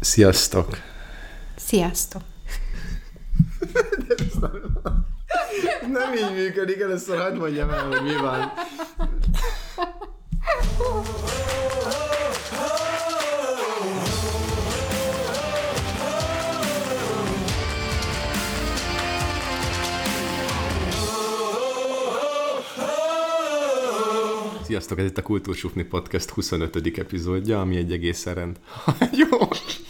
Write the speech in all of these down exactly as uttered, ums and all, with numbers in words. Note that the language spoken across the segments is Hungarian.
Sziasztok! Sziasztok! De ez nem, nem így működik, először hadd mondjam el, hogy mi van. Sziasztok, ez itt a Kultúrsufni Podcast huszonötödik epizódja, ami egy egészen rend. Jó!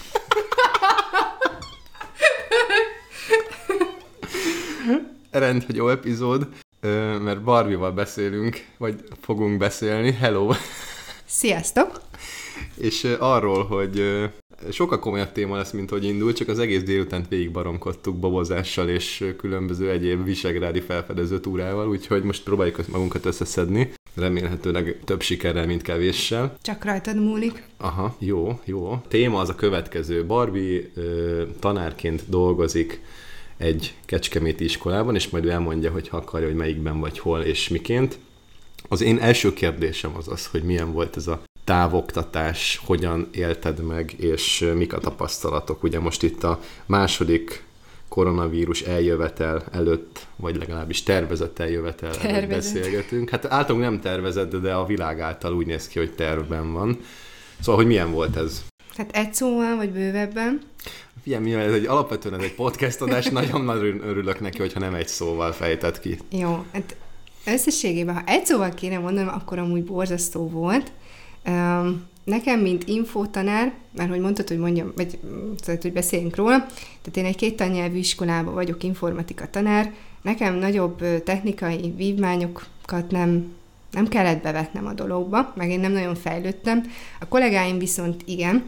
Rendhagyó epizód, mert Barbie-val beszélünk, vagy fogunk beszélni. Hello! Sziasztok! És arról, hogy sokkal komolyabb téma lesz, mint hogy indult, csak az egész délutánt végigbaromkodtuk bobozással és különböző egyéb visegrádi felfedező túrával, úgyhogy most próbáljuk magunkat összeszedni. Remélhetőleg több sikerrel, mint kevéssel. Csak rajtad múlik. Aha, jó, jó. Téma az a következő. Barbie ö, tanárként dolgozik egy kecskeméti iskolában, és majd ő elmondja, hogy ha akarja, hogy melyikben vagy hol és miként. Az én első kérdésem az az, hogy milyen volt ez a távoktatás, hogyan élted meg, és mik a tapasztalatok. Ugye most itt a második koronavírus eljövetel előtt, vagy legalábbis tervezett eljövetel Tervezett. előtt beszélgetünk. Hát általunk nem tervezett, de a világ által úgy néz ki, hogy tervben van. Szóval, hogy milyen volt ez? Hát egy szóval, vagy bővebben? Figyelj, mivel ez egy alapvetően ez egy podcast adás, nagyon nagyon örülök neki, hogyha nem egy szóval fejtett ki. Jó, hát összességében, ha egy szóval kéne mondanom, akkor amúgy borzasztó volt. Um, nekem, mint infótanár, mert hogy mondtad, hogy mondjam, vagy szóval, hogy beszéljünk róla, tehát én egy két tannyelvű iskolában vagyok, informatika tanár, nekem nagyobb technikai vívmányokat nem, nem kellett bevetnem a dologba, meg én nem nagyon fejlődtem. A kollégáim viszont igen,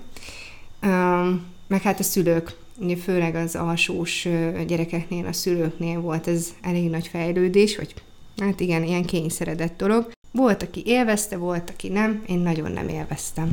um, meg hát a szülők, ugye főleg az alsós gyerekeknél, a szülőknél volt ez elég nagy fejlődés, vagy hát igen, ilyen kényszeredett dolog. Volt, aki élvezte, volt, aki nem. Én nagyon nem élveztem.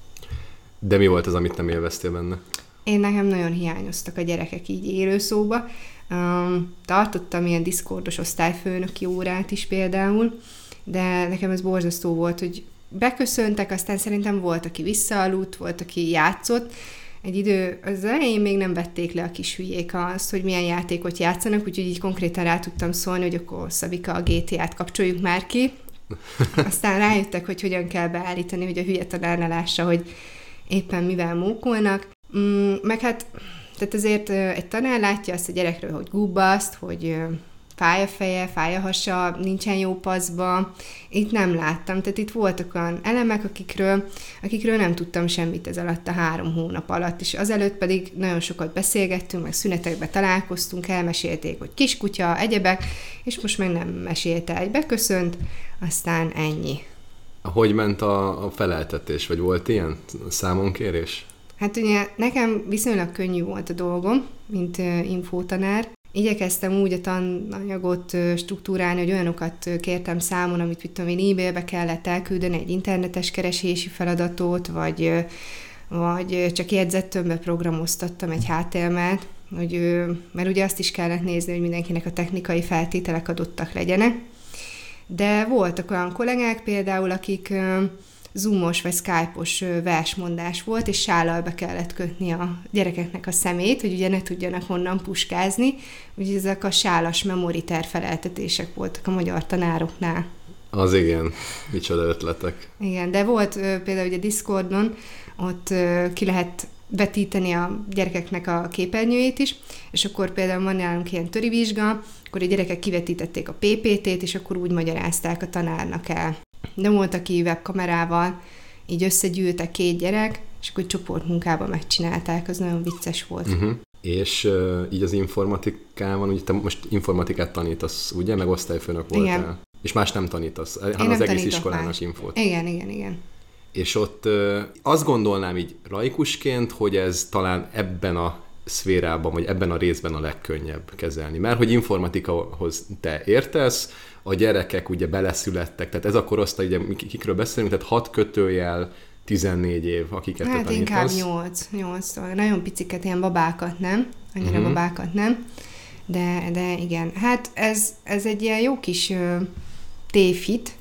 De mi volt az, amit nem élveztél benne? Én nekem nagyon hiányoztak a gyerekek így élőszóba. Um, tartottam ilyen diszkordos osztályfőnöki órát is például, de nekem ez borzasztó volt, hogy beköszöntek, aztán szerintem volt, aki visszaaludt, volt, aki játszott. Egy idő, az elején még nem vették le a kis hülyék azt, hogy milyen játékot játszanak, úgyhogy így konkrétan rá tudtam szólni, hogy akkor Szabika, a gé té át kapcsoljuk már ki. Aztán rájöttek, hogy hogyan kell beállítani, hogy a hülye tanár ne lássa, hogy éppen mivel mókolnak. Mm, meg hát, tehát azért egy tanár látja azt a gyerekről, hogy gubbaszt, hogy fáj a feje, fáj a hasa, nincsen jó paszba. Itt nem láttam, tehát itt voltak olyan elemek, akikről, akikről nem tudtam semmit ez alatt a három hónap alatt, és azelőtt pedig nagyon sokat beszélgettünk, meg szünetekben találkoztunk, elmesélték, hogy kiskutya, egyebek, és most meg nem mesélte, egy beköszönt, aztán ennyi. Hogy ment a, a feleltetés, vagy volt ilyen számonkérés? Hát ugye nekem viszonylag könnyű volt a dolgom, mint uh, infótanár. Igyekeztem úgy a tananyagot struktúrálni, hogy olyanokat kértem számon, amit mit tudom én, e-mailbe kellett elküldeni, egy internetes keresési feladatot, vagy, vagy csak jegyzettömbbe programoztattam egy há té em el-t, hogy, mert ugye azt is kellett nézni, hogy mindenkinek a technikai feltételek adottak legyenek. De voltak olyan kollégák például, akik zoomos vagy skype-os versmondás volt, és sállal be kellett kötni a gyerekeknek a szemét, hogy ugye ne tudjanak onnan puskázni. Úgyhogy ezek a sálas memoriter feleltetések voltak a magyar tanároknál. Az igen, micsoda ötletek. Igen, de volt például ugye Discordon, ott ki lehet vetíteni a gyerekeknek a képernyőjét is, és akkor például van nálunk ilyen töri vizsga, akkor a gyerekek kivetítették a pé pé té-t, és akkor úgy magyarázták a tanárnak el. De volt, aki webkamerával így összegyűltek két gyerek, és akkor csoportmunkában megcsinálták, az nagyon vicces volt. Uh-huh. És uh, így az informatikában, ugye te most informatikát tanítasz, ugye? Meg osztályfőnök voltál. Igen. És más nem tanítasz, hanem az egész iskolának más. Infót. Igen, igen, igen. És ott uh, azt gondolnám így laikusként, hogy ez talán ebben a szférában, vagy ebben a részben a legkönnyebb kezelni. Mert hogy informatikahoz te értesz, a gyerekek ugye beleszülettek, tehát ez a korosztály, ugye kikről beszélünk, tehát hat kötőjel, tizennégy év, akiket hát te tanítasz. Hát inkább nyolc, nyolc, nagyon piciket, ilyen babákat nem, annyira uh-huh. babákat nem, de, de igen, hát ez, ez egy ilyen jó kis uh, tévhit,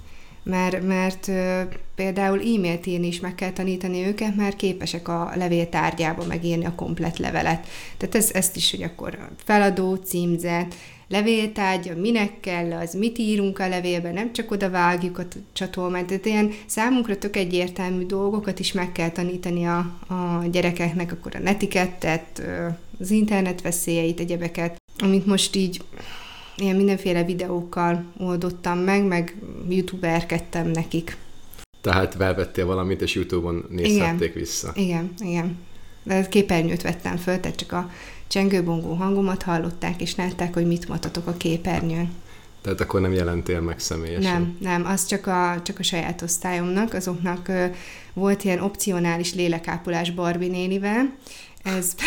mert, mert például e-mailt írni is meg kell tanítani őket, mert képesek a levél tárgyába megírni a komplett levelet. Tehát ez, ezt is, hogy akkor feladó, címzet, levéltárgya, minek kell, az mit írunk a levélben, nem csak oda vágjuk a csatolmányt. Tehát ilyen számunkra tök egyértelmű dolgokat is meg kell tanítani a, a gyerekeknek, akkor a netikettet, az internet veszélyeit, egyebeket, amit most így ilyen mindenféle videókkal oldottam meg, meg youtuberkedtem nekik. Tehát felvettél valamit, és YouTube-on nézhették vissza. Igen, igen. De képernyőt vettem föl, tehát csak a csengőbongó hangomat hallották, és látták, hogy mit mutatok a képernyőn. Tehát akkor nem jelentél meg személyesen? Nem, nem, az csak a, csak a saját osztályomnak, azoknak ö, volt ilyen opcionális lélekápolás Barbie nénivel. Ez,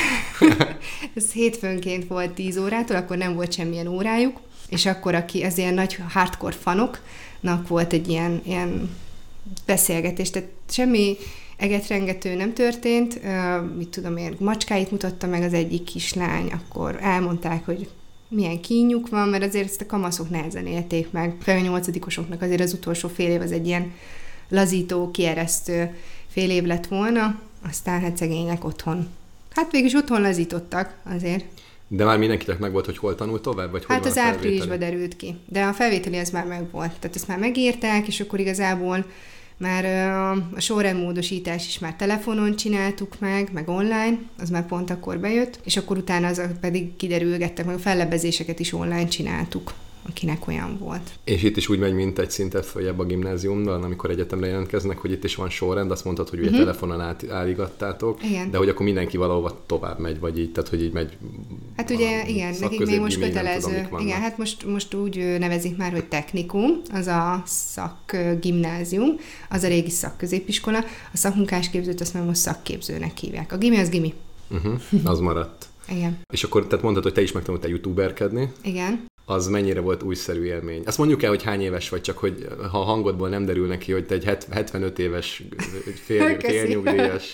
ez hétfőnként volt tíz órától, akkor nem volt semmilyen órájuk, és akkor aki, az ilyen nagy hardcore fanoknak volt egy ilyen, ilyen beszélgetés, tehát semmi egetrengető nem történt, uh, mit tudom én, macskáit mutatta meg az egyik kislány, akkor elmondták, hogy milyen kínjuk van, mert azért ezt a kamaszok nehezen élték meg. Főleg a nyolcadikosoknak azért az utolsó fél év az egy ilyen lazító, kieresztő fél év lett volna, aztán hát szegények otthon. Hát végülis otthon lazítottak azért. De már mindenkinek megvolt, hogy hol tanul tovább? Vagy hát az áprilisban derült ki. De a felvételi az már megvolt. Tehát ezt már megírták, és akkor igazából már a sorrendmódosítás is már telefonon csináltuk meg, meg online, az már pont akkor bejött, és akkor utána az pedig kiderülgettek, meg a fellebbezéseket is online csináltuk, akinek olyan volt. És itt is úgy megy, mint egy szintet följebb a gimnáziumban, amikor egyetemre jelentkeznek, hogy itt is van sorrend, azt mondtad, hogy ugye uh-huh. telefonon át, átigattátok, igen. De hogy akkor mindenki valahova tovább megy, vagy így, tehát hogy így megy. Hát ugye igen, nekik még most kötelező. Tudom, igen, hát most, most úgy nevezik már, hogy technikum, az a szakgimnázium, az a régi szakközépiskola, a szakmunkásképzőt azt meg most szakképzőnek hívják. A gimi az gimi. Uh-huh. Az maradt. Igen. És akkor tehát mondtad, hogy te is megtanultál youtuberkedni. Igen. Az mennyire volt újszerű élmény? Azt mondjuk el, hogy hány éves vagy, csak hogy ha a hangodból nem derül neki, hogy te egy hetvenöt éves fél, félnyugdíjas.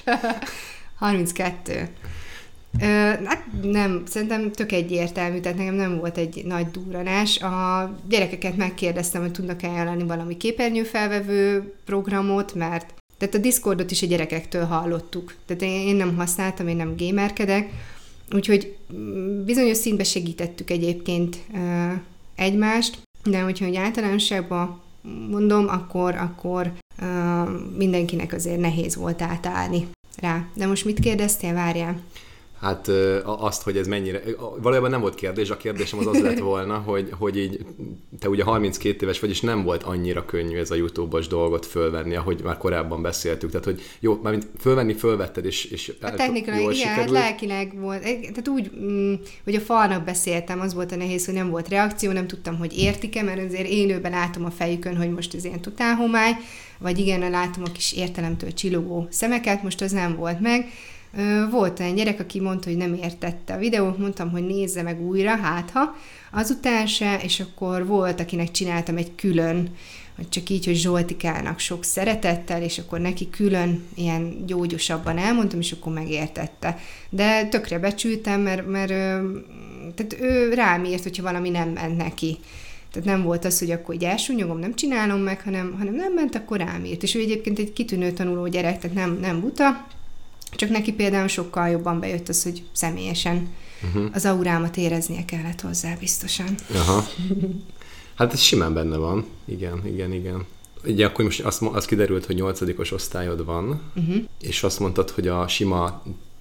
harminckettő. Ö, hát nem, szerintem tök egyértelmű, tehát nekem nem volt egy nagy durranás. A gyerekeket megkérdeztem, hogy tudnak ajánlani valami képernyőfelvevő programot, mert tehát a Discordot is a gyerekektől hallottuk. Tehát én nem használtam, én nem gamerkedek, úgyhogy bizonyos szintben segítettük egyébként uh, egymást, de hogyha hogy általánosságban mondom, akkor, akkor uh, mindenkinek azért nehéz volt átállni rá. De most mit kérdeztél, várjál? Hát azt, hogy ez mennyire... Valójában nem volt kérdés, a kérdésem az az lett volna, hogy, hogy így te ugye harminckét éves vagy, és nem volt annyira könnyű ez a YouTube-os dolgot fölvenni, ahogy már korábban beszéltük. Tehát, hogy jó, mármint fölvenni, fölvetted, és, és a technikailag, igen, hát lelkileg volt. Tehát úgy, hogy a falnak beszéltem, az volt a nehéz, hogy nem volt reakció, nem tudtam, hogy értik-e, mert azért élőben látom a fejükön, hogy most ez ilyen totálhomály, vagy igen, látom a kis értelemtől csillogó szemeket, most az nem volt meg. Volt olyan gyerek, aki mondta, hogy nem értette a videót, mondtam, hogy nézze meg újra, hát ha, azután se, és akkor volt, akinek csináltam egy külön, hogy csak így, hogy Zsoltikának sok szeretettel, és akkor neki külön ilyen gyógyosabban elmondtam, és akkor megértette. De tökre becsültem, mert, mert tehát ő rám írt, hogyha valami nem ment neki. Tehát nem volt az, hogy akkor így elsúnyogom, nem csinálom meg, hanem, hanem nem ment, akkor rám írt. És ő egyébként egy kitűnő tanuló gyerek, tehát nem, nem buta, csak neki például sokkal jobban bejött az, hogy személyesen uh-huh. az aurámat éreznie kellett hozzá biztosan. Aha. Hát ez simán benne van. Igen, igen, igen. Ugye akkor most azt, azt kiderült, hogy nyolcadikos osztályod van, uh-huh. és azt mondtad, hogy a sima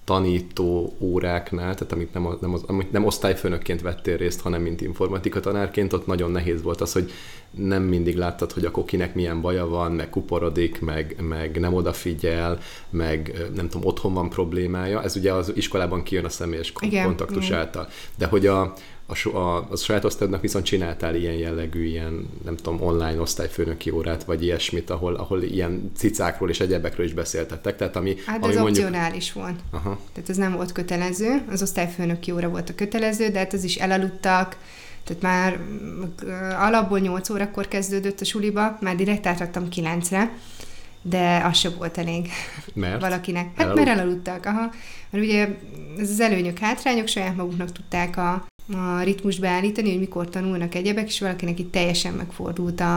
tanító óráknál, tehát amit nem, nem, az, amit nem osztályfőnökként vettél részt, hanem mint informatika tanárként, ott nagyon nehéz volt az, hogy nem mindig láttad, hogy akkor kinek milyen baja van, meg kuporodik, meg, meg nem odafigyel, meg nem tudom, otthon van problémája. Ez ugye az iskolában kijön a személyes igen, kontaktus igen. által. De hogy a, a, a, a saját osztályodnak viszont csináltál ilyen jellegű, ilyen, nem tudom, online osztályfőnöki órát, vagy ilyesmit, ahol, ahol ilyen cicákról és egyebekről is beszéltettek. Tehát ami, hát ami ez mondjuk... opcionális volt. Aha. Tehát ez nem volt kötelező. Az osztályfőnöki óra volt a kötelező, de hát az is elaludtak. Tehát már alapból nyolc órakor kezdődött a suliba, már direkt átraktam kilencre, de az sem volt elég mert? valakinek. Hát Elaludt? mert elaludtak, aha. Mert ugye ez az előnyök, hátrányok, saját maguknak tudták a, a ritmust beállítani, hogy mikor tanulnak egyebek, és valakinek itt teljesen megfordult a,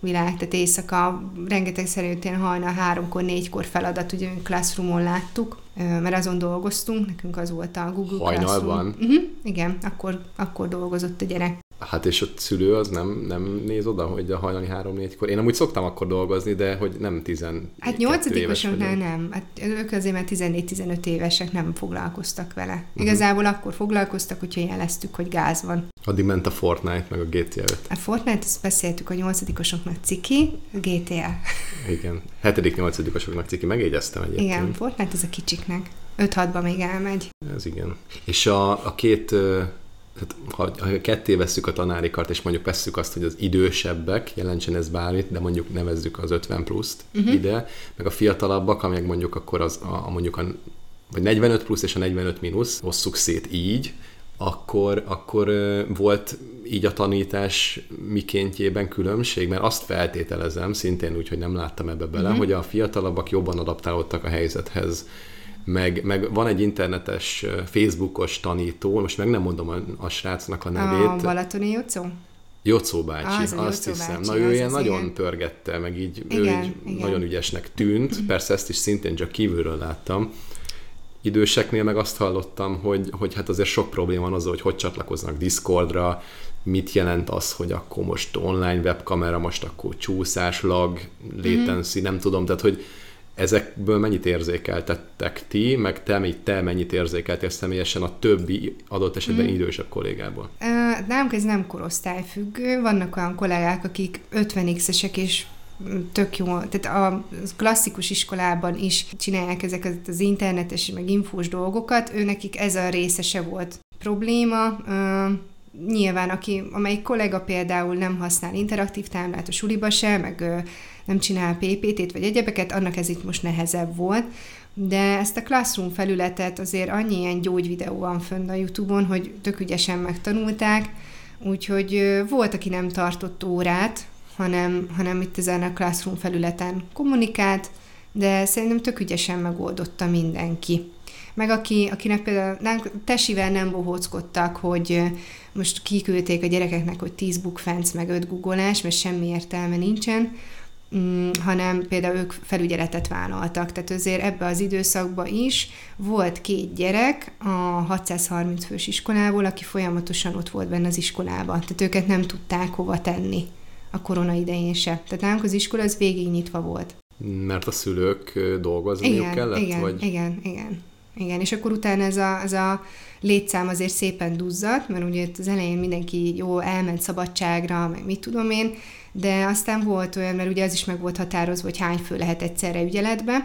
világ, tehát éjszaka, rengeteg szerint ilyen hajnal háromkor, négykor feladat, ugye Classroom-on láttuk, mert azon dolgoztunk, nekünk az volt a Google Hajnalban? Classroom. Uh-huh, igen, akkor, akkor dolgozott a gyerek. Hát és a szülő az nem, nem néz oda, hogy a hajnali három-négykor. Én amúgy szoktam akkor dolgozni, de hogy nem tizenkettő Hát nyolcadikosoknál nem. Hát ők azért már tizennégy-tizenöt évesek nem foglalkoztak vele. Uh-huh. Igazából akkor foglalkoztak, hogyha jeleztük, hogy gáz van. Addig ment a Fortnite, meg a gé té á öt. A Fortnite, azt beszéltük, a nyolcadikosoknak ciki, a gé té á. Igen. Hetedik-nyolcadikosoknak ciki, megjegyeztem egyébként. Igen, Fortnite ez a kicsiknek. öt-hatba még elmegy. Ez igen. És a, a két... Tehát, ha, ha ketté vesszük a tanári kart, és mondjuk vesszük azt, hogy az idősebbek, jelentsen ez bármit, de mondjuk nevezzük az ötven pluszt uh-huh. ide, meg a fiatalabbak, amelyek mondjuk akkor az, a, a mondjuk a vagy negyvenöt plusz és a negyvenöt mínusz, osszuk szét így, akkor, akkor volt így a tanítás mikéntjében különbség, mert azt feltételezem, szintén úgy, hogy nem láttam ebbe bele, uh-huh. hogy a fiatalabbak jobban adaptálódtak a helyzethez. Meg, meg van egy internetes, Facebookos tanító, most meg nem mondom a, a srácnak a nevét. A Balatoni Jocó? Jocó bácsi, az azt Jocó hiszem. bácsi, Na ő ilyen az nagyon igen. pörgette, meg így igen, ő így igen. nagyon ügyesnek tűnt. Persze ezt is szintén csak kívülről láttam. Időseknél meg azt hallottam, hogy, hogy hát azért sok probléma van azzal, hogy hogy csatlakoznak Discordra, mit jelent az, hogy akkor most online webkamera, most akkor csúszás, lag, latency, mm-hmm. nem tudom, tehát hogy ezekből mennyit érzékeltettek ti, meg te, te mennyit érzékeltél személyesen a többi adott esetben mm. idősebb kollégából? Uh, nálunk ez nem korosztályfüggő. Vannak olyan kollégák, akik ötven x-esek és tök jó. Tehát a klasszikus iskolában is csinálják ezeket az internetes, meg infós dolgokat. Ő nekik ez a része se volt probléma. Uh, nyilván, aki, amelyik kollega például nem használ interaktív táblát a suliba se, meg uh, nem csinál pé pé té-t vagy egyebeket, annak ez itt most nehezebb volt. De ezt a Classroom felületet azért annyi ilyen gyógyvideó van fönn a YouTube-on, hogy tök ügyesen megtanulták, úgyhogy volt, aki nem tartott órát, hanem, hanem itt ezen a Classroom felületen kommunikált, de szerintem tök ügyesen megoldotta mindenki. Meg aki, akinek például nem, tesivel nem bohóckodtak, hogy most kiküldték a gyerekeknek, hogy tíz bukfenc, meg öt googolás, mert semmi értelme nincsen, Mm, hanem például ők felügyeletet vállaltak. Tehát azért ebbe az időszakban is volt két gyerek a hatszázharminc fős iskolából, aki folyamatosan ott volt benne az iskolában. Tehát őket nem tudták hova tenni a korona idején se. Tehát nálunk az iskola az végig nyitva volt. Mert a szülők dolgozniuk igen, kellett? Igen, vagy? igen, igen. Igen, és akkor utána ez a, ez a létszám azért szépen duzzadt, mert ugye az elején mindenki jó elment szabadságra, meg mit tudom én, de aztán volt olyan, mert ugye az is meg volt határozva, hogy hány fő lehet egyszerre ügyeletbe,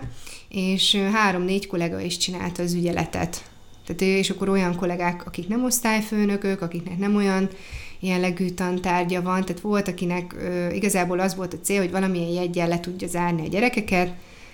és három-négy kollega is csinálta az ügyeletet. Tehát, és akkor olyan kollégák, akik nem osztályfőnökök, akiknek nem olyan jellegű tantárgya van, tehát volt, akinek ö, igazából az volt a cél, hogy valamilyen jeggyel le tudja zárni a gyerekeket,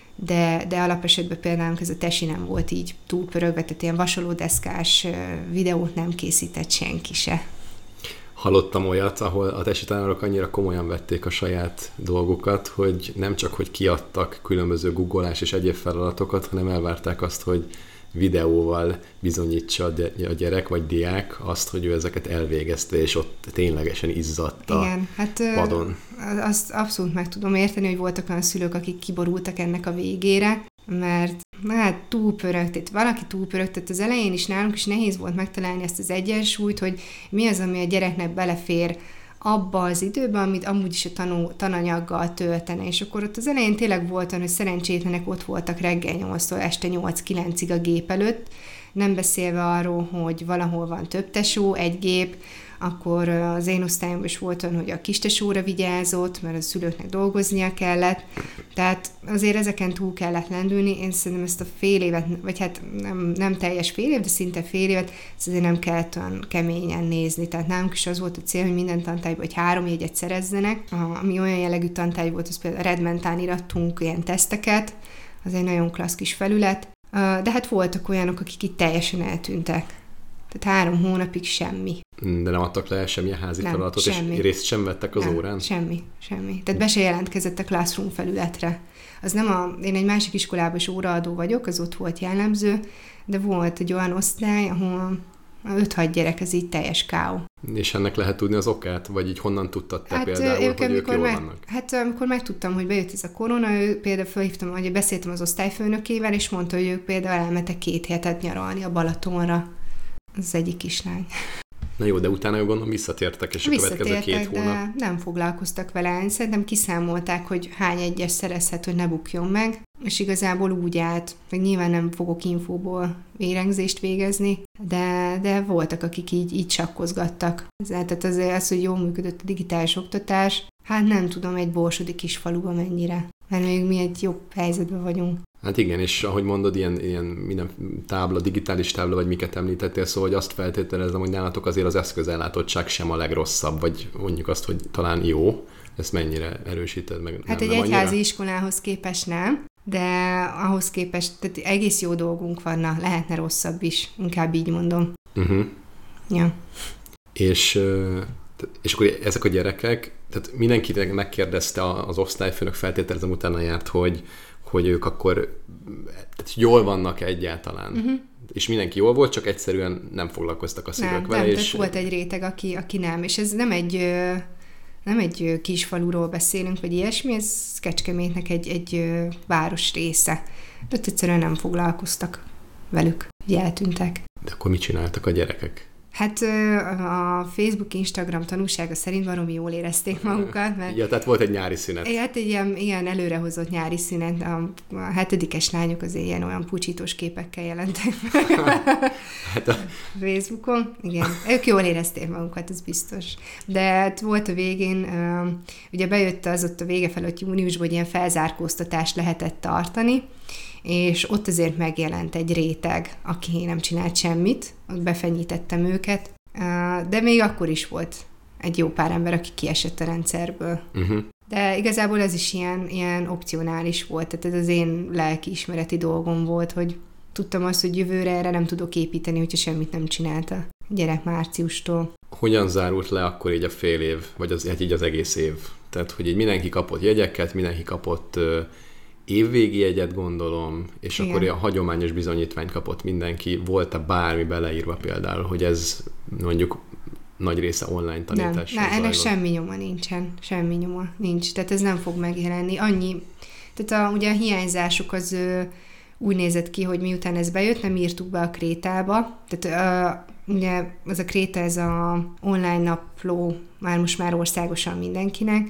de, de alapesetben például ez a tesi nem volt így túlpörögve, tehát ilyen vasalódeszkás videót nem készített senki se. Hallottam olyat, ahol a tesi tanárok annyira komolyan vették a saját dolgukat, hogy nem csak, hogy kiadtak különböző googolás és egyéb feladatokat, hanem elvárták azt, hogy videóval bizonyítsa a gyerek vagy diák azt, hogy ő ezeket elvégezte, és ott ténylegesen izzadt a Igen, hát padon. Azt abszolút meg tudom érteni, hogy voltak olyan szülők, akik kiborultak ennek a végére, mert hát túlpörögt, itt valaki túlpörögt, tehát az elején is nálunk is nehéz volt megtalálni ezt az egyensúlyt, hogy mi az, ami a gyereknek belefér abba az időben, amit amúgy is a tanú, tananyaggal töltene. És akkor ott az elején tényleg volt olyan, hogy szerencsétlenek ott voltak reggel nyolctól este nyolc-kilencig a gép előtt, nem beszélve arról, hogy valahol van több tesó, egy gép, akkor az én osztályomban is volt olyan, hogy a kistesóra vigyázott, mert a szülőknek dolgoznia kellett. Tehát azért ezeken túl kellett lendülni. Én szerintem ezt a fél évet, vagy hát nem, nem teljes fél év, de szinte fél évet, ezt azért nem kellett olyan keményen nézni. Tehát nálunk is az volt a cél, hogy minden tantárgyban hogy három jegyet szerezzenek. Ami olyan jellegű tantárgy volt, az például a Redmentán irattunk ilyen teszteket, az egy nagyon klassz kis felület. De hát voltak olyanok, akik itt teljesen eltűntek. Tehát három hónapig semmi. De nem adtak le semmilyen házi feladatot, és részt sem vettek az nem, órán? semmi, semmi. Tehát be se jelentkezett a Classroom felületre. Az nem a, én egy másik iskolában is óraadó vagyok, az ott volt jellemző, de volt egy olyan osztály, ahol öt-hat gyerek, ez így teljes ká ó. És ennek lehet tudni az okát? Vagy így honnan tudtad te hát, például, ők, hogy ők jól meg, vannak? Hát amikor megtudtam, hogy bejött ez a korona, ő például felhívtam, hogy beszéltem az osztályfőnökével, és mondta, hogy ők például elmentek két hetet nyaralni a Balatonra. Az egyik kislány. Na jó, de utána jó gondolom visszatértek, és a következő két hónap. De nem foglalkoztak vele. Szerintem kiszámolták, hogy hány egyes szerezhet, hogy ne bukjon meg, és igazából úgy állt, meg nyilván nem fogok infóból vérengzést végezni, de, de voltak, akik így, így sakkozgattak. Tehát azért az, hogy jól működött a digitális oktatás, hát nem tudom, egy borsodi kis faluban mennyire, mert még mi egy jobb helyzetben vagyunk. Hát igen, és ahogy mondod, ilyen, ilyen minden tábla, digitális tábla, vagy miket említettél, szóval hogy azt feltételezem, hogy nálatok azért az eszközellátottság sem a legrosszabb, vagy mondjuk azt, hogy talán jó. Ezt mennyire erősíted meg? Hát nem, egy nem egyházi annyira? iskolához képest nem, de ahhoz képest, tehát egész jó dolgunk van, na, lehetne rosszabb is, inkább így mondom. Uh-huh. Ja. És, és akkor ezek a gyerekek, tehát mindenkinek megkérdezte az osztályfőnök, feltételezem utána járt, hogy hogy ők akkor tehát jól vannak egyáltalán. Uh-huh. És mindenki jól volt, csak egyszerűen nem foglalkoztak a szülők nem, vele. Nem, és... volt egy réteg, aki, aki nem. És ez nem egy, nem egy kis faluról beszélünk, vagy ilyesmi, ez Kecskemétnek egy, egy város része. De egyszerűen nem foglalkoztak velük, hogy eltűntek. De akkor mit csináltak a gyerekek? Hát a Facebook, Instagram tanúsága szerint baromi jól érezték magukat. Mert ja, tehát volt egy nyári szünet. Hát egy ilyen, ilyen előrehozott nyári szünet. A, a hetedikes lányok azért ilyen olyan pucsítós képekkel jelentek hát a... Facebookon. Igen, ők jól érezték magukat, ez biztos. De hát volt a végén, ugye bejött az ott a vége felett júniusban, hogy ilyen felzárkóztatást lehetett tartani, és ott azért megjelent egy réteg, aki nem csinált semmit, ott befenyítettem őket, de még akkor is volt egy jó pár ember, aki kiesett a rendszerből. Uh-huh. De igazából ez is ilyen, ilyen opcionális volt, tehát ez az én lelkiismereti dolgom volt, hogy tudtam azt, hogy jövőre erre nem tudok építeni, hogyha semmit nem csinálta a gyerek márciustól. Hogyan zárult le akkor így a fél év, vagy az, így az egész év? Tehát, hogy így mindenki kapott jegyeket, mindenki kapott évvégi jegyet, gondolom, és igen. Akkor a hagyományos bizonyítványt kapott mindenki. Volt-e bármi beleírva például, hogy ez mondjuk nagy része online tanítás? Nem, ennek semmi nyoma nincsen. Semmi nyoma nincs. Tehát ez nem fog megjelenni. Annyi, tehát a, ugye a hiányzásuk az ö, úgy nézett ki, hogy miután ez bejött, nem írtuk be a Krétába. Tehát ö, ugye az a Kréta, ez a online napló, már most már országosan mindenkinek,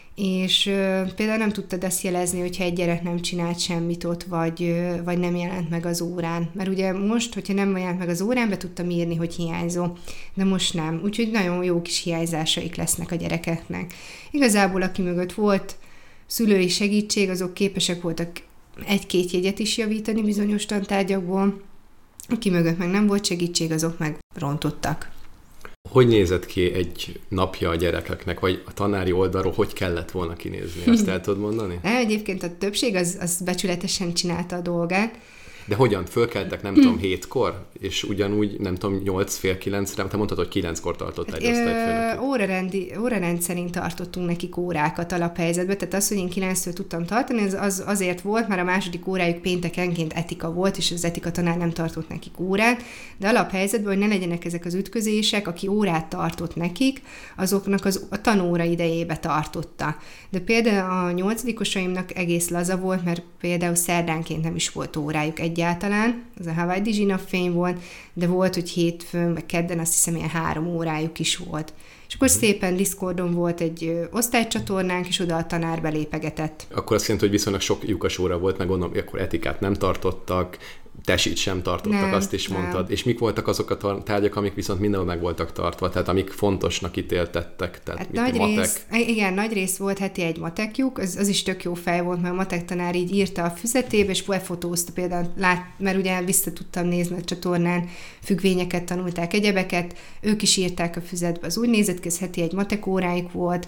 és ö, például nem tudtad azt jelezni, hogyha egy gyerek nem csinált semmit ott, vagy, ö, vagy nem jelent meg az órán. Mert ugye most, hogyha nem jelent meg az órán, be tudtam írni, hogy hiányzó, de most nem. Úgyhogy nagyon jó kis hiányzásaik lesznek a gyerekeknek. Igazából aki mögött volt szülői segítség, azok képesek voltak egy-két jegyet is javítani bizonyos tantárgyakból. Aki mögött meg nem volt segítség, azok meg rontottak. Hogy nézett ki egy napja a gyerekeknek, vagy a tanári oldalról hogy kellett volna kinézni? Azt el tudod mondani? Egyébként a többség az, az becsületesen csinálta a dolgát. De hogyan? Fölkeltek, nem tudom, hétkor? És ugyanúgy, nem tudom, nyolc, fél kilencre? Te mondtad, hogy kilenckor tartott egy osztályfőnök. Órarendi, órarend szerint tartottunk nekik órákat alaphelyzetben, tehát az, hogy én kilenctől tudtam tartani, az, az azért volt, mert a második órájuk péntekenként etika volt, és az etika tanár nem tartott nekik órát, de alaphelyzetben, hogy ne legyenek ezek az ütközések, aki órát tartott nekik, azoknak az, a tanóra idejébe tartotta. De például a nyolcadikosaimnak egész laza volt, mert például szerdánként nem is volt órájuk egyáltalán, az a Hawaii Dizsi napfény volt, de volt, hogy hétfőn, vagy kedden azt hiszem ilyen három órájuk is volt. És akkor uh-huh. szépen Discordon volt egy ö, osztálycsatornánk, és oda a tanár belépegetett. Akkor azt jelenti, hogy viszonylag sok lyukas óra volt, meg gondolom, akkor etikát nem tartottak, tesit sem tartottak, nem, azt is mondtad. Nem. És mik voltak azok a tárgyak, amik viszont mindenhol meg voltak tartva, tehát amik fontosnak ítéltettek? Tehát hát mit, nagy matek? Rész, igen, nagy rész volt heti egy matekjuk, az, az is tök jó fej volt, mert a matek tanár így írta a füzetébe, és befotózta például, lát, mert ugye vissza tudtam nézni a csatornán, függvényeket tanulták, egyebeket, ők is írták a füzetbe, az úgy nézett ki, ez heti egy matek órájuk volt,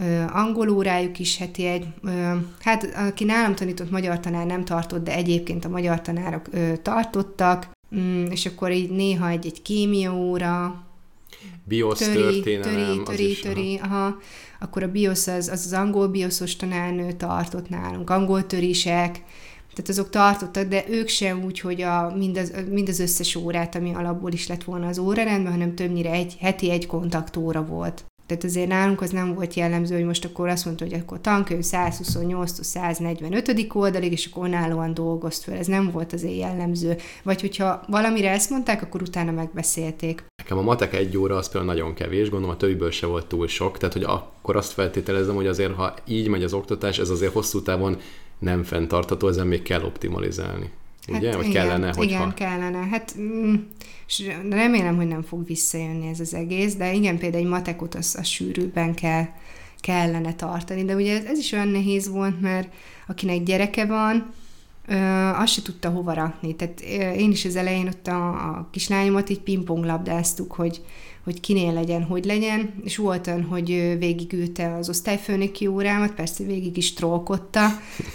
angol órájuk is heti egy, hát aki nálam tanított magyar tanár nem tartott, de egyébként a magyar tanárok tartottak, és akkor így néha egy-egy kémia óra, biosz töri, történelem, töri, töri, is, töri, aha. aha. Akkor a biosz az, az az angol bioszos tanárnő tartott nálunk, angol törisek, Tehát azok tartottak, de ők sem úgy, hogy a, mind, az, mind az összes órát, ami alapból is lett volna az órarendben, hanem többnyire egy, heti egy kontaktóra volt. Tehát azért nálunk az nem volt jellemző, hogy most akkor azt mondta, hogy akkor tankönyv százhuszonnyolc száznegyvenöt oldalig, és akkor önállóan dolgozt föl. Ez nem volt azért jellemző. Vagy hogyha valamire ezt mondták, akkor utána megbeszélték. Nekem a matek egy óra az például nagyon kevés, gondolom a többiből se volt túl sok, tehát hogy akkor azt feltételezem, hogy azért, ha így megy az oktatás, ez azért hosszú távon nem fenntartható, ezen még kell optimalizálni. Ugye? Hát Vagy igen, kellene, hogyha... Igen, kellene. Hát mm, remélem, hogy nem fog visszajönni ez az egész, de igen, például egy matekot az, az sűrűbben kell, kellene tartani. De ugye ez is olyan nehéz volt, mert akinek gyereke van, ö, azt se tudta hova rakni. Tehát én is az elején ott a, a kislányomat így pingponglabdáztuk, hogy hogy kinél legyen, hogy legyen, és volt olyan, hogy végigülte az osztályfőnöki órámat, persze végig is trollkodta,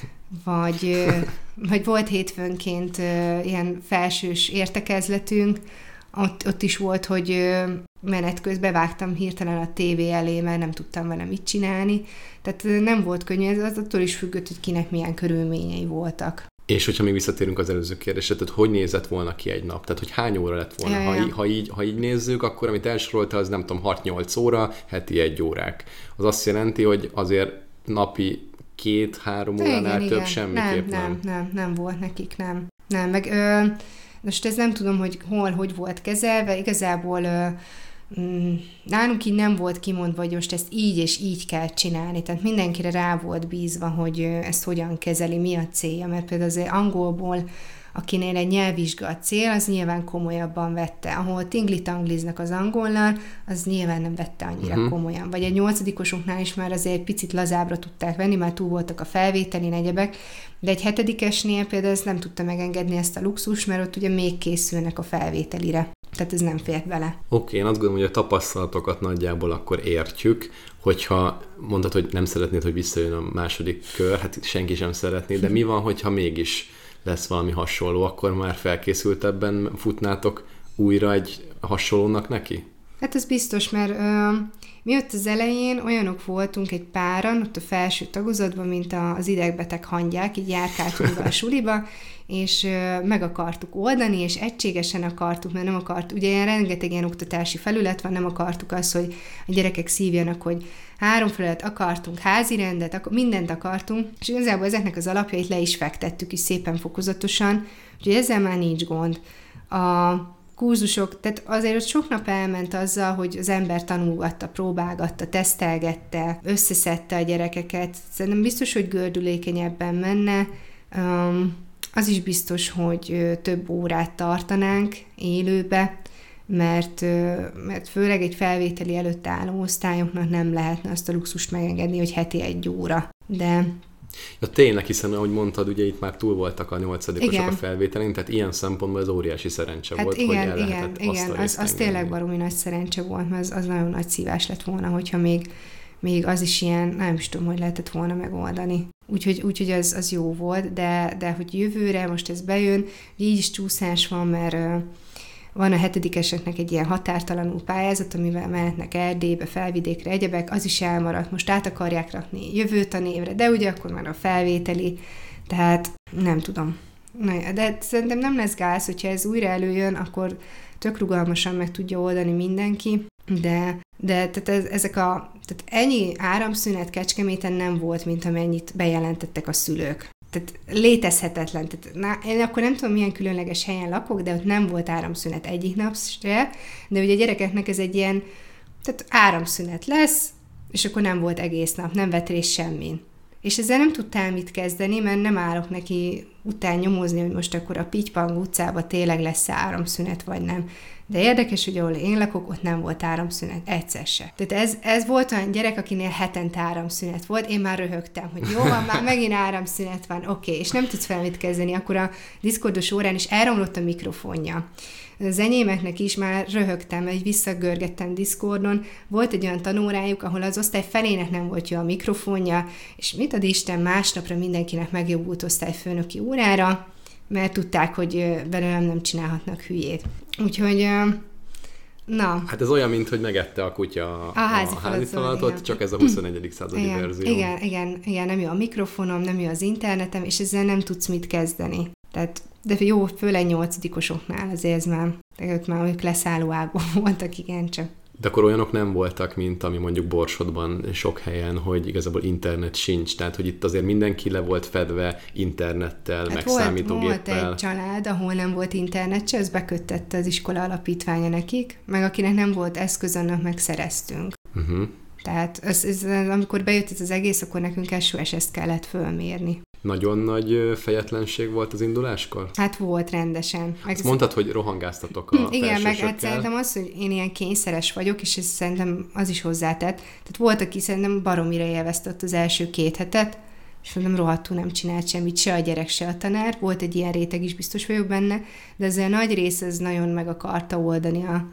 vagy, vagy volt hétfőnként ilyen felsős értekezletünk, ott, ott is volt, hogy menet közben vágtam hirtelen a tévé elé, mert nem tudtam vele mit csinálni. Tehát nem volt könnyű, ez az attól is függött, hogy kinek milyen körülményei voltak. És hogyha még visszatérünk az előző kérdésre, tehát hogy nézett volna ki egy nap? Tehát, hogy hány óra lett volna? Ja, ha, ja. Így, ha, így, ha így nézzük, akkor amit elsorolta, az nem tudom, hat-nyolc óra, heti egy órák. Az azt jelenti, hogy azért napi két-három óránál igen, több igen. semmiképp nem. Nem, nem. nem, nem volt nekik, nem. Nem, meg ö, most ez nem tudom, hogy hol, hogy volt kezelve, igazából ö, mm, nálunk így nem volt kimondva, hogy most ezt így és így kell csinálni, tehát mindenkire rá volt bízva, hogy ö, ezt hogyan kezeli, mi a célja, mert például azért angolból, akinél egy nyelvvizsga a cél, az nyilván komolyabban vette. Ahol tingli-tangliznak az angollal, az nyilván nem vette annyira uh-huh. komolyan. Vagy egy nyolcadikosoknál is már azért egy picit lazábbra tudták venni, már túl voltak a felvételi egyebek, de egy hetedikesnél például ezt nem tudta megengedni ezt a luxus, mert ott ugye még készülnek a felvételire. Tehát ez nem fért bele. Oké, okay, én azt gondolom, hogy a tapasztalatokat nagyjából akkor értjük, hogyha mondod, hogy nem szeretnéd, hogy visszajön a második kör, hát senki sem szeretné, de mi van, hogyha mégis lesz valami hasonló, akkor már felkészültebben futnátok újra egy hasonlónak neki? Hát ez biztos, mert ö, mi ott az elején olyanok voltunk egy páran, ott a felső tagozatban, mint az idegbeteg hangyák, így járkáltunk a suliba, és ö, meg akartuk oldani, és egységesen akartuk, mert nem akart, ugye ilyen rengeteg ilyen oktatási felület van, nem akartuk azt, hogy a gyerekek szívjanak, hogy három felület akartunk, házi rendet, ak- mindent akartunk, és igazából ezeknek az alapjait le is fektettük is szépen fokozatosan, úgyhogy ezzel már nincs gond. A kurzusok, tehát azért ott sok nap elment azzal, hogy az ember tanulgatta, próbálgatta, tesztelgette, összeszedte a gyerekeket. Szerintem biztos, hogy gördülékenyebben menne. Um, az is biztos, hogy több órát tartanánk élőbe, mert, mert főleg egy felvételi előtt álló osztályoknak nem lehetne azt a luxust megengedni, hogy heti egy óra. De... Ja tényleg, hiszen ahogy mondtad, ugye itt már túl voltak a nyolcadikosok a felvételén, tehát ilyen szempontból ez óriási szerencse hát volt, igen, hogy el igen, lehetett igen, azt a az, az tényleg baromi nagy szerencse volt, mert az, az nagyon nagy szívás lett volna, hogyha még, még az is ilyen, nem is tudom, hogy lehetett volna megoldani. Úgyhogy, úgyhogy az, az jó volt, de, de hogy jövőre most ez bejön, így is csúszás van, mert van a hetedikeseknek egy ilyen határtalanul pályázat, amivel mehetnek Erdélybe, Felvidékre, egyebek, az is elmaradt. Most át akarják rakni jövő tanévre, de ugye akkor már a felvételi, tehát nem tudom. Na, de szerintem nem lesz gáz, hogyha ez újra előjön, akkor tök rugalmasan meg tudja oldani mindenki, de, de tehát ez, ezek a, tehát ennyi áramszünet Kecskeméten nem volt, mint amennyit bejelentettek a szülők. Tehát létezhetetlen. Tehát, na, én akkor nem tudom, milyen különleges helyen lakok, de ott nem volt áramszünet egyik nap se, de ugye a gyerekeknek ez egy ilyen, tehát áramszünet lesz, és akkor nem volt egész nap, nem vett részt semmin. És ezzel nem tudtál mit kezdeni, mert nem állok neki után nyomozni, hogy most akkor a Pitypang utcában tényleg lesz áramszünet, vagy nem. De érdekes, hogy ahol én lakok, ott nem volt áramszünet, egyszer se. Tehát ez, ez volt olyan gyerek, akinél hetente áramszünet volt, én már röhögtem, hogy jó van, már megint áramszünet van, oké, okay, és nem tudsz fel mit kezdeni, akkor a diszkordos órán is elromlott a mikrofonja. Az enyémeknek is már röhögtem, egy visszagörgettem Discordon, volt egy olyan tanórájuk, ahol az osztály felének nem volt jó a mikrofonja, és mit ad Isten, másnapra mindenkinek megjobbult osztályfőnöki órára, mert tudták, hogy belőlem nem csinálhatnak hülyét. Úgyhogy Na. Hát ez olyan, mint hogy megette a kutya a, a házi, házi feladatot, csak ez a huszonegyedik századi igen, verzió. Igen, igen, igen, nem jó a mikrofonom, nem jó az internetem, és ezzel nem tudsz mit kezdeni. Tehát, de jó, főleg nyolcadikosoknál azért ez már, ott már ők leszálló ágban voltak, igen, csak. De akkor olyanok nem voltak, mint ami mondjuk Borsodban sok helyen, hogy igazából internet sincs. Tehát, hogy itt azért mindenki le volt fedve internettel, hát meg volt, számítógéppel. Volt egy család, ahol nem volt internet, se, ez beköttette az iskola alapítványa nekik, meg akinek nem volt eszköz, annak meg szereztünk. Uh-huh. Tehát ez, ez, amikor bejött ez az egész, akkor nekünk es o es-ezt kellett fölmérni. Nagyon nagy fejetlenség volt az induláskor? Hát volt rendesen. Meg Azt mondtad, hogy rohangáztatok a igen, meg hát szerintem az, hogy én ilyen kényszeres vagyok, és ez szerintem az is hozzátett. Tehát volt, aki szerintem baromira élvezte ott az első két hetet, és szerintem rohadtul nem csinált semmit, se a gyerek, se a tanár. Volt egy ilyen réteg is, biztos vagyok benne, de ez a nagy rész ez nagyon meg akarta oldani a,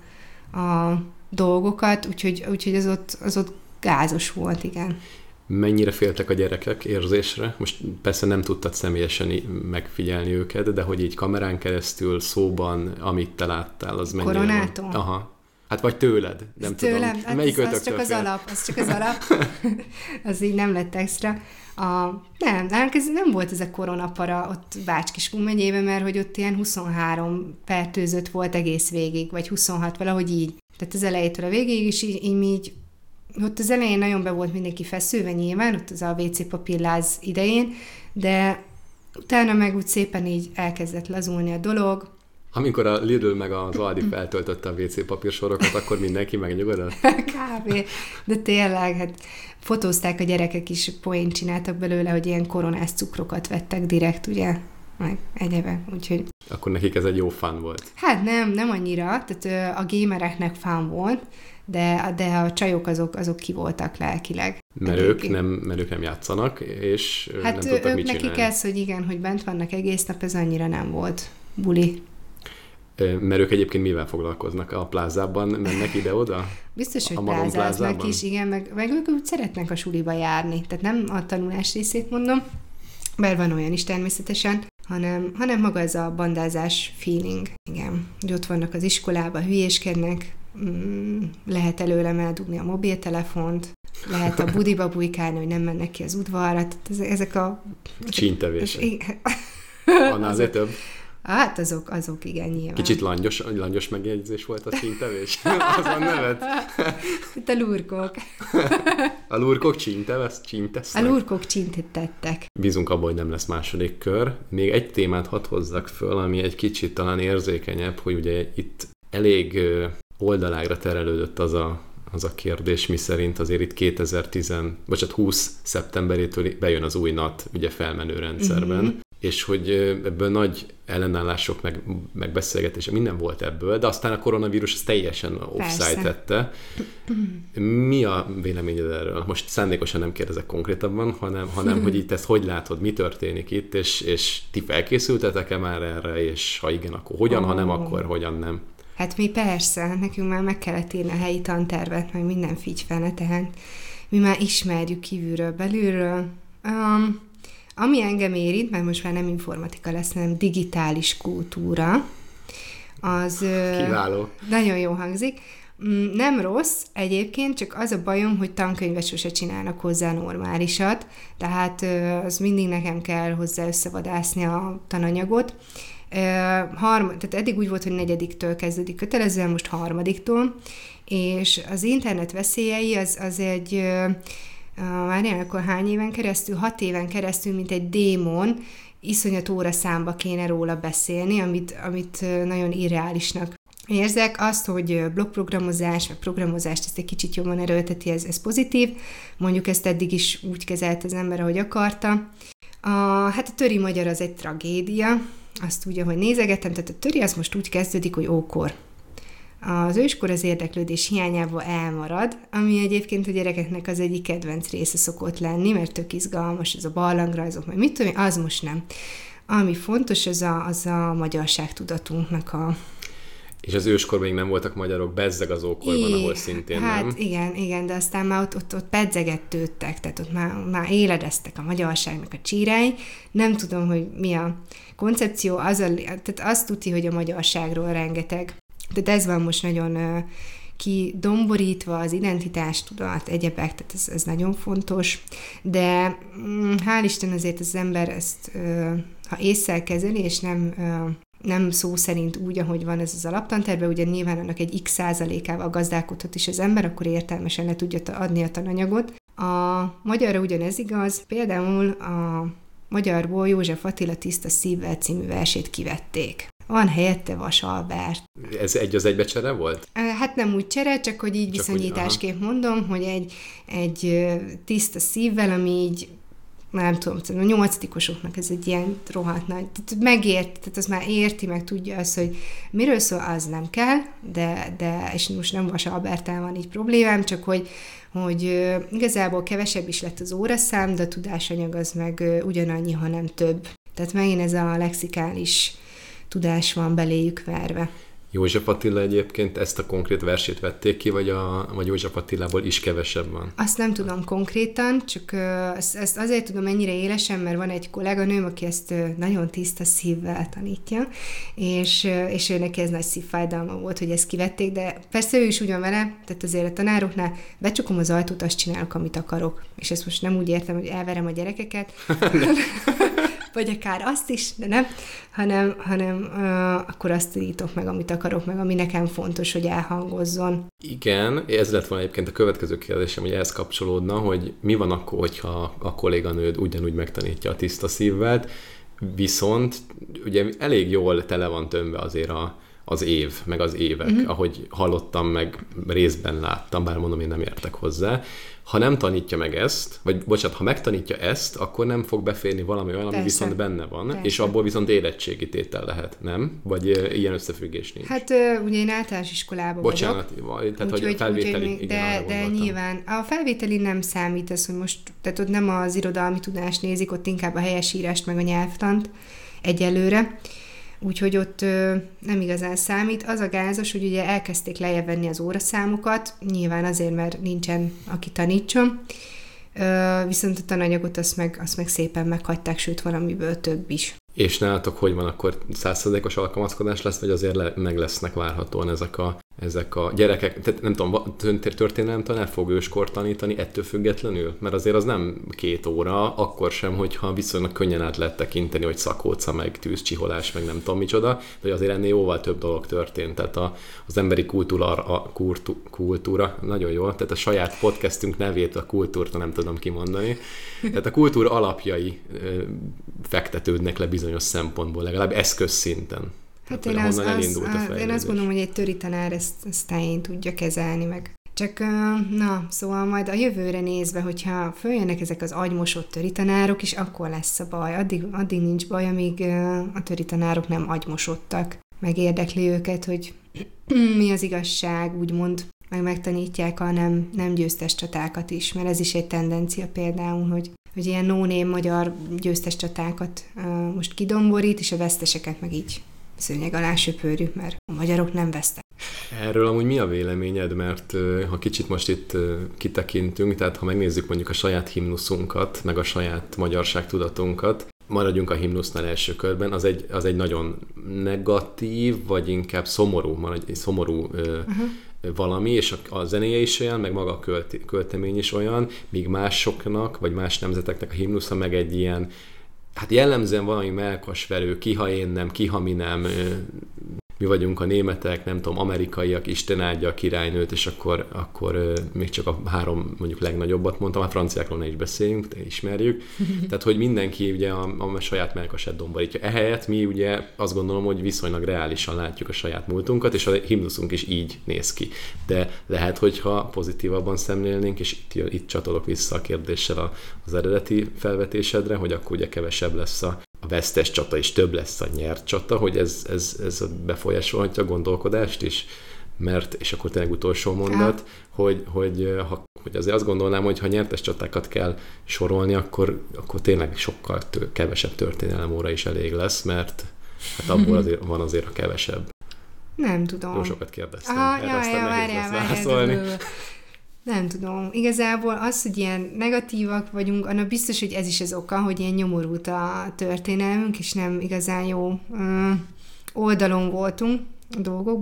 a dolgokat, úgyhogy, úgyhogy az, ott, az ott gázos volt, igen. Mennyire féltek a gyerekek érzésre? Most persze nem tudtad személyesen megfigyelni őket, de hogy így kamerán keresztül, szóban, amit te láttál, az mennyire... Koronától? Van? Aha. Hát vagy tőled, nem Tőlem, tudom. Hát Melyik az, az csak az alap, az csak az alap. Az így nem lett extra. A, nem, ez nem volt ez a koronapara ott Bács-Kiskun megyében, mert hogy ott ilyen huszonhárom fertőzött volt egész végig, vagy huszonhat, valahogy így. Tehát az elejétől a végéig is így, így mi így ott az elején nagyon be volt mindenki feszülve nyilván, ott az a vé cé papírláz idején, de utána meg úgy szépen így elkezdett lazulni a dolog. Amikor a Lidl meg az Aldi feltöltötte a vé cé papírsorokat, akkor mindenki megnyugodott? Kb. De tényleg, hát fotózták a gyerekek is, poént csináltak belőle, hogy ilyen koronás cukrokat vettek direkt, ugye? Meg egyebek, úgyhogy... Akkor nekik ez egy jó fun volt. Hát nem, nem annyira, tehát a gamereknek fun volt, de, de a csajok azok, azok ki voltak lelkileg. Mert ők, nem, mert ők nem játszanak, és hát nem tudtak ők mit nekik csinálni. ez, hogy igen, hogy bent vannak egész nap, ez annyira nem volt buli. Mert ők egyébként mivel foglalkoznak? A plázában mennek ide-oda? Biztos, hogy plázáznak is, igen, meg, meg ők úgy szeretnek a suliba járni. Tehát nem a tanulás részét mondom, bár van olyan is természetesen, hanem, hanem maga ez a bandázás feeling. Igen, hogy ott vannak az iskolában, hülyéskednek, mm, lehet előlem eldugni a mobiltelefont, lehet a budiba bujkálni, hogy nem mennek ki az udvarra, tehát ezek a... Csíntevések. Annál azért több. Hát azok, azok igen, nyilván. Kicsit langyos, langyos megjegyzés volt a csíntevés? Az van nevet? Itt a lurkok. A lurkok csíntesznek? A lurkok csíntettek. Bízunk abban, hogy nem lesz második kör. Még egy témát hadd hozzak föl, ami egy kicsit talán érzékenyebb, hogy ugye itt elég oldalágra terelődött az a, az a kérdés, miszerint azért itt kétezer-tíz, bocsánat, húsz szeptemberétől bejön az új NAT ugye felmenő rendszerben. Mm-hmm. És hogy ebből nagy ellenállások, meg, meg beszélgetések, minden volt ebből, de aztán a koronavírus az teljesen offside tette. Mi a véleményed erről? Most szándékosan nem kérdezek konkrétabban, hanem, hanem hogy itt ezt hogy látod, mi történik itt, és, és ti felkészültetek-e már erre, és ha igen, akkor hogyan, oh. ha nem, akkor hogyan nem? Hát mi persze, nekünk már meg kellett írni a helyi tantervet, meg minden figyfene, tehát mi már ismerjük kívülről, belülről. Um, Ami engem érint, mert most már nem informatika lesz, hanem digitális kultúra, az... Kiváló. Nagyon jó hangzik. Nem rossz egyébként, csak az a bajom, hogy tankönyvet sose csinálnak hozzá normálisat, tehát az mindig nekem kell hozzá összevadászni a tananyagot. Harm, tehát eddig úgy volt, hogy negyediktől kezdődik kötelezően, most harmadiktól, és az internet veszélyei az, az egy... Várjál, akkor hány éven keresztül? Hat éven keresztül, mint egy démon, iszonyat óra számba kéne róla beszélni, amit, amit nagyon irreálisnak érzek. Azt, hogy blokkprogramozás, vagy programozást ezt egy kicsit jobban erőlteti, ez, ez pozitív. Mondjuk ezt eddig is úgy kezelt az ember, ahogy akarta. A, hát a töri magyar az egy tragédia, azt úgy, ahogy nézegettem, tehát a töri az most úgy kezdődik, hogy ókor. Az őskor az érdeklődés hiányából elmarad, ami egyébként a gyerekeknek az egyik kedvenc része szokott lenni, mert tök izgalmas, ez a barlangrajzok, majd mit tudom, az most nem. Ami fontos, az a, az a magyarságtudatunknak a... És az őskorban még nem voltak magyarok, bezzeg az ókorban, ahol szintén hát, nem. Hát igen, igen, de aztán már ott, ott, ott pedzegettődtek, tehát ott már, már éledeztek a magyarságnak a csírái. Nem tudom, hogy mi a koncepció, az a, tehát azt tudni, hogy a magyarságról rengeteg Tehát ez van most nagyon uh, kidomborítva, az identitástudat, egyebek, tehát ez, ez nagyon fontos. De mm, hál' Isten azért az ember ezt, uh, ha ésszel kezeli, és nem... Uh, nem szó szerint úgy, ahogy van ez az alaptantervben, ugye nyilván annak egy x százalékával gazdálkodhat is az ember, akkor értelmesen le tudja adni a tananyagot. A magyarra ugyanez igaz, például a magyarból József Attila Tiszta szívvel című versét kivették. Van helyette Vas Albert. Ez egy az egybe csere volt? Hát nem úgy csere, csak hogy így csak viszonyításképp úgy, mondom, hogy egy, egy tiszta szívvel, ami így nem tudom, a nyolcadikosoknak ez egy ilyen rohadt nagy, tehát megért, tehát az már érti, meg tudja azt, hogy miről szól, az nem kell, de, de és most nem Vas Alberttel van így problémám, csak hogy, hogy uh, igazából kevesebb is lett az óraszám, de a tudásanyag az meg uh, ugyanannyi, hanem több. Tehát megint ez a lexikális tudás van beléjük verve. József Attila egyébként ezt a konkrét versét vették ki, vagy, a, vagy József Attilából is kevesebb van? Azt nem tudom konkrétan, csak uh, ezt, ezt azért tudom ennyire élesen, mert van egy kolléganőm, aki ezt uh, nagyon tiszta szívvel tanítja, és, uh, és ő neki ez nagy szívfájdalma volt, hogy ezt kivették, de persze ő is úgy van vele, tehát azért a tanároknál becsukom az ajtót, azt csinálok, amit akarok. És ezt most nem úgy értem, hogy elverem a gyerekeket, vagy akár azt is, de nem, hanem, hanem uh, akkor azt ítok meg, amit akarok, meg ami nekem fontos, hogy elhangozzon. Igen, ez lett volna egyébként a következő kérdésem, hogy ehhez kapcsolódna, hogy mi van akkor, hogyha a kolléganőd ugyanúgy megtanítja a tiszta szívvel, viszont ugye elég jól tele van tömve azért a, az év, meg az évek, uh-huh. ahogy hallottam, meg részben láttam, bár mondom, én nem értek hozzá. Ha nem tanítja meg ezt, vagy bocsánat, ha megtanítja ezt, akkor nem fog beférni valami olyan, ami viszont benne van, Persze. és abból viszont érettségi tétel lehet, nem? Vagy uh, ilyen összefüggés nincs? Hát uh, ugye én általános iskolában bocsánat, vagyok. Bocsánat, tehát úgy, hogy a felvételi, úgy, igen, de, de nyilván a felvételi nem számít ez, hogy most, tehát ott nem az irodalmi tudást nézik, ott inkább a helyesírást, meg a nyelvtant egyelőre. Úgyhogy ott ö, nem igazán számít. Az a gázos, hogy ugye elkezdték lejjebb venni az óraszámokat, nyilván azért, mert nincsen, aki tanítson, ö, viszont a tananyagot azt meg, azt meg szépen meghagyták, sőt valamiből több is. És nálatok hogy van, akkor száz százalékos alkalmazkodás lesz, vagy azért le, meg lesznek várhatóan ezek a, ezek a gyerekek, tehát nem tudom, történelem tanár fog őskor tanítani ettől függetlenül? Mert azért az nem két óra, akkor sem, hogyha viszonylag könnyen át lehet tekinteni, hogy szakóca, meg tűzcsiholás, meg nem tudom micsoda, de azért ennél jóval több dolog történt. Tehát a, az emberi kultúra, a kultú, kultúra, nagyon jó, tehát a saját podcastünk nevét, a kultúrta nem tudom kimondani. Tehát a kultúra alapjai ö, fektetődnek le bizonyos szempontból, legalább eszközszinten. Hát én, az, az, az, én azt gondolom, hogy egy töri tanár ezt, ezt teljén tudja kezelni meg. Csak, na, szóval majd a jövőre nézve, hogyha följönnek ezek az agymosott töri tanárok is, akkor lesz a baj. Addig, addig nincs baj, amíg a töri tanárok nem agymosottak. Megérdekli őket, hogy mi az igazság, úgymond, meg megtanítják a nem, nem győztes csatákat is, mert ez is egy tendencia például, hogy hogy ilyen no-name magyar győztes csatákat uh, most kidomborít, és a veszteseket meg így szőnyeg alá söpörjük, mert a magyarok nem vesztek. Erről amúgy mi a véleményed, mert uh, ha kicsit most itt uh, kitekintünk, tehát ha megnézzük mondjuk a saját himnuszunkat, meg a saját magyarságtudatunkat, maradjunk a himnusznál első körben, az egy, az egy nagyon negatív, vagy inkább szomorú, maradj, szomorú uh, uh-huh. valami, és a, a zenéje is olyan, meg maga a költ, költemény is olyan, míg másoknak, vagy más nemzeteknek a himnusza meg egy ilyen, hát jellemzően valami mellkasverő, ki ha én nem, ki ha mi nem, mi vagyunk a németek, nem tudom, amerikaiak, Isten áldja a királynőt, és akkor, akkor még csak a három mondjuk legnagyobbat mondtam, a franciákról ne is beszéljünk, de ismerjük. Tehát, hogy mindenki ugye a, a saját mellkasát domborítja. Ehelyett mi ugye azt gondolom, hogy viszonylag reálisan látjuk a saját múltunkat, és a himnuszunk is így néz ki. De lehet, hogyha pozitívabban szemlélnénk, és itt, itt csatolok vissza a kérdéssel a, az eredeti felvetésedre, hogy akkor ugye kevesebb lesz a a vesztes csata, és több lesz a nyert csata, hogy ez, ez, ez befolyásolhatja a gondolkodást is, mert, és akkor tényleg utolsó mondat, hogy, hogy, ha, hogy azért azt gondolnám, hogy ha nyertes csatákat kell sorolni, akkor, akkor tényleg sokkal tő, kevesebb történelem óra is elég lesz, mert hát abból azért van azért a kevesebb. Nem tudom. Jó sokat kérdeztem. Ah, ja, ja, várjál, várjál. Nem tudom. Igazából az, hogy ilyen negatívak vagyunk, annak biztos, hogy ez is az oka, hogy ilyen nyomorult a történelmünk, és nem igazán jó ö, oldalon voltunk a dolgokban.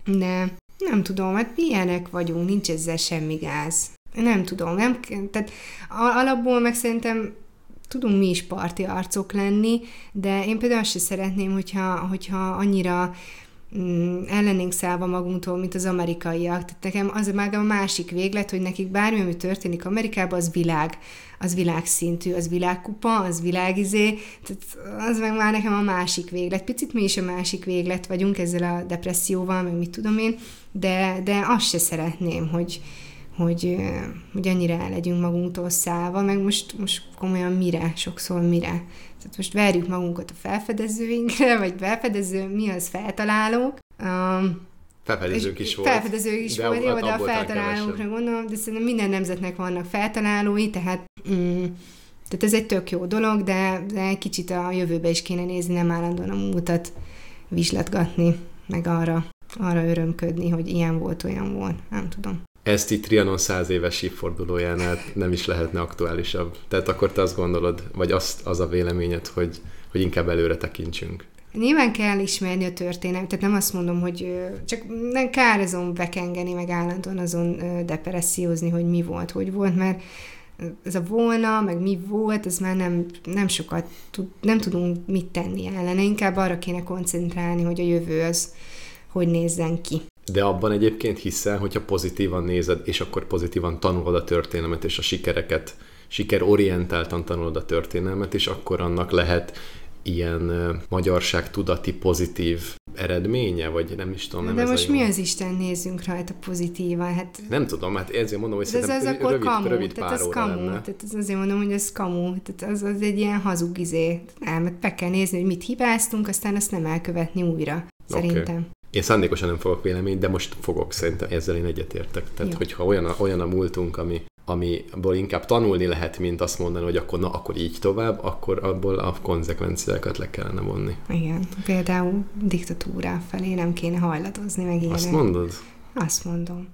de nem tudom, hát milyenek vagyunk, nincs ezzel semmi gáz. Nem tudom, nem, tehát alapból meg szerintem tudunk mi is parti arcok lenni, de én például azt sem szeretném, hogyha, hogyha annyira mm, ellennénk szállva magunktól, mint az amerikaiak. Tehát nekem az már a másik véglet, hogy nekik bármi, ami történik Amerikában, az világ. Az világszintű, az világkupa, az világizé, tehát az meg már nekem a másik véglet. Picit mi is a másik véglet vagyunk ezzel a depresszióval, meg mit tudom én, de, de azt se szeretném, hogy hogy, hogy annyira el legyünk magunktól szállva, meg most, most komolyan mire, sokszor mire. Tehát most verjük magunkat a felfedezőinkre, vagy felfedező, mi az feltalálók. Um, Felfedezők is volt. Felfedezők is volt, jó, de a feltalálókra gondolom, de szerintem minden nemzetnek vannak feltalálói, tehát, mm, tehát ez egy tök jó dolog, de, de kicsit a jövőbe is kéne nézni, nem állandóan a múltat vizslatgatni, meg arra, arra örömködni, hogy ilyen volt, olyan volt, nem tudom. Ezt itt Trianon száz éves évfordulójánál nem is lehetne aktuálisabb. Tehát akkor te azt gondolod, vagy azt, az a véleményed, hogy, hogy inkább előre tekintsünk. Nyilván kell ismerni a történetet, tehát nem azt mondom, hogy csak nem kár azon bekengeni, meg állandóan azon depressziózni, hogy mi volt, hogy volt, mert ez a volna, meg mi volt, ez már nem, nem sokat tud, nem tudunk mit tenni ellene, inkább arra kéne koncentrálni, hogy a jövő az hogy nézzen ki. De abban egyébként hiszel, hogyha pozitívan nézed, és akkor pozitívan tanulod a történelmet, és a sikereket, sikerorientáltan tanulod a történelmet, és akkor annak lehet ilyen uh, magyarság tudati pozitív eredménye, vagy nem is tudom. Nem de ez most a mi az Isten nézzünk rajta pozitívan? Hát... Nem tudom, hát ezért mondom, hogy ez szerintem az akkor rövid, kamu, rövid tehát pár az óra kamu, lenne. tehát az azért mondom, hogy ez kamu, tehát az, az egy ilyen hazug izé. Nem, mert be kell nézni, hogy mit hibáztunk, aztán azt nem elkövetni újra, szerintem. Okay. Én szándékosan nem fogok véleményt, de most fogok, szerintem ezzel én egyetértek. Tehát, jó. Hogyha olyan a, olyan a múltunk, ami, amiből inkább tanulni lehet, mint azt mondani, hogy akkor na, akkor így tovább, akkor abból a konzekvenciákat le kellene vonni. Igen, például diktatúrá felé nem kéne hajladozni, meg ilyenek. Azt mondod? Azt mondom.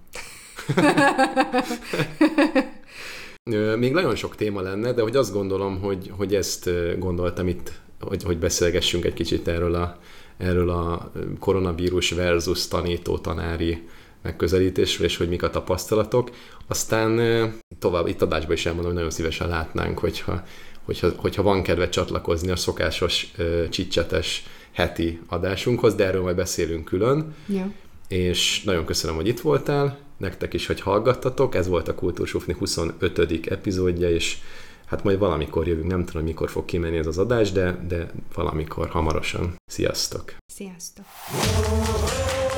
Még nagyon sok téma lenne, de hogy azt gondolom, hogy, hogy ezt gondoltam itt, hogy, hogy beszélgessünk egy kicsit erről a erről a koronavírus versus tanító-tanári megközelítésről, és hogy mik a tapasztalatok. Aztán tovább, itt adásban is elmondom, hogy nagyon szívesen látnánk, hogyha, hogyha, hogyha van kedve csatlakozni a szokásos csicsetes heti adásunkhoz, de erről majd beszélünk külön. Ja. És nagyon köszönöm, hogy itt voltál, nektek is, hogy hallgattatok. Ez volt a Kultúrsufni huszonötödik epizódja, és hát majd valamikor jövünk, nem tudom, mikor fog kimenni ez az adás, de, de valamikor hamarosan. Sziasztok! Sziasztok!